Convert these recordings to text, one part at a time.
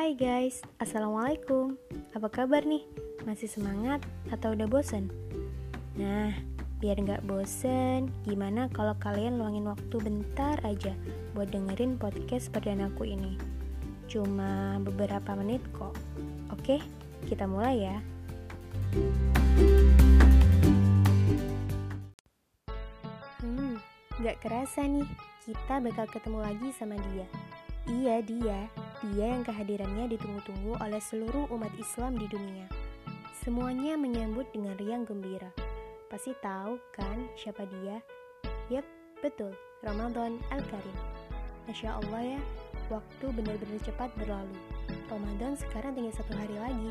Hai guys, Assalamualaikum. Apa kabar nih? Masih semangat atau udah bosen? Nah, biar gak bosen, gimana kalau kalian luangin waktu bentar aja buat dengerin podcast perdanaku ini? Cuma beberapa menit kok. Oke, kita mulai ya. Gak kerasa nih, kita bakal ketemu lagi sama dia. Iya, dia yang kehadirannya ditunggu-tunggu oleh seluruh umat Islam di dunia. Semuanya menyambut dengan riang gembira. Pasti tahu kan siapa dia? Yap, betul, Ramadan Al-Karim. Masya Allah ya, waktu benar-benar cepat berlalu. Ramadan sekarang tinggal 1 hari lagi.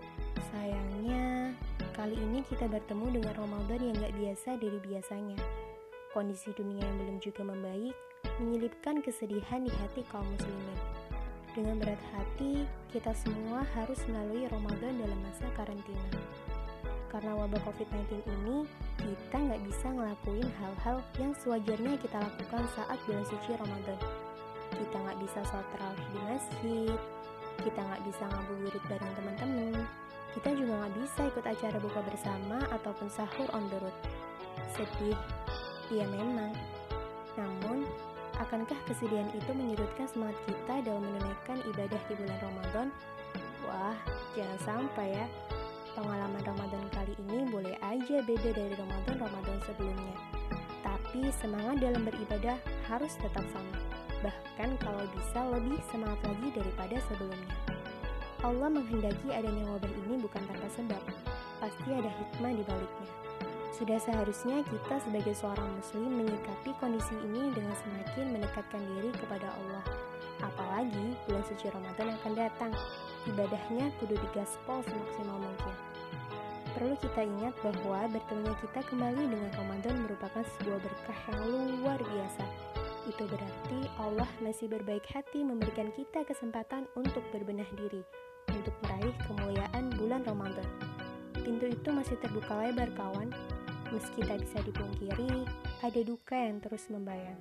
Sayangnya, kali ini kita bertemu dengan Ramadan yang gak biasa dari biasanya. Kondisi dunia yang belum juga membaik menyelipkan kesedihan di hati kaum muslimin. Dengan berat hati, kita semua harus melalui Ramadan dalam masa karantina. Karena wabah COVID-19 ini, kita nggak bisa ngelakuin hal-hal yang sewajarnya kita lakukan saat bulan suci Ramadan. Kita nggak bisa sholat tarawih di masjid, kita nggak bisa ngabuburit bareng teman-teman, kita juga nggak bisa ikut acara buka bersama ataupun sahur on the road. Sedih, iya memang. Namun, akankah kesedihan itu menyurutkan semangat kita dalam menunaikan ibadah di bulan Ramadan? Wah, jangan sampai ya. Pengalaman Ramadan kali ini boleh aja beda dari Ramadan sebelumnya. Tapi semangat dalam beribadah harus tetap sama. Bahkan kalau bisa lebih semangat lagi daripada sebelumnya. Allah menghendaki adanya wabah ini bukan tanpa sebab. Pasti ada hikmah di baliknya. Sudah seharusnya kita sebagai seorang muslim menyikapi kondisi ini dengan semakin mendekatkan diri kepada Allah. Apalagi bulan suci Ramadan akan datang. Ibadahnya kudu digaspol semaksimal mungkin. Perlu kita ingat bahwa bertemunya kita kembali dengan Ramadan merupakan sebuah berkah yang luar biasa. Itu berarti Allah masih berbaik hati memberikan kita kesempatan untuk berbenah diri, untuk meraih kemuliaan bulan Ramadan. Pintu itu masih terbuka lebar kawan. Meski tak bisa dipungkiri, ada duka yang terus membayang.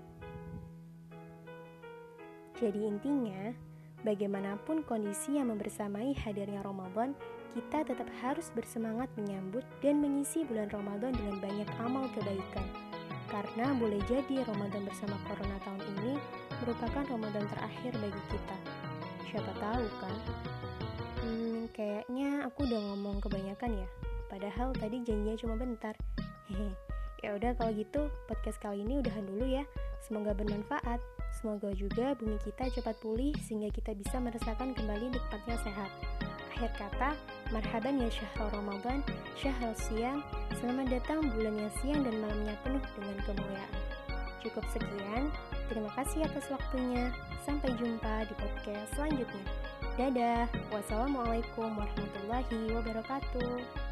Jadi intinya, bagaimanapun kondisi yang membersamai hadirnya Ramadan, kita tetap harus bersemangat menyambut dan mengisi bulan Ramadan dengan banyak amal kebaikan. Karena boleh jadi Ramadan bersama Corona tahun ini merupakan Ramadan terakhir bagi kita. Siapa tahu kan? Kayaknya aku udah ngomong kebanyakan ya. Padahal tadi janjinya cuma bentar. Ya udah kalau gitu podcast kali ini udahan dulu ya. Semoga bermanfaat. Semoga juga bumi kita cepat pulih sehingga kita bisa merasakan kembali nikmatnya sehat. Akhir kata, marhaban ya syahrul Ramadan, syahrul siyam. Selamat datang bulan yang siang dan malamnya penuh dengan kemuliaan. Cukup sekian. Terima kasih atas waktunya. Sampai jumpa di podcast selanjutnya. Dadah. Wassalamualaikum warahmatullahi wabarakatuh.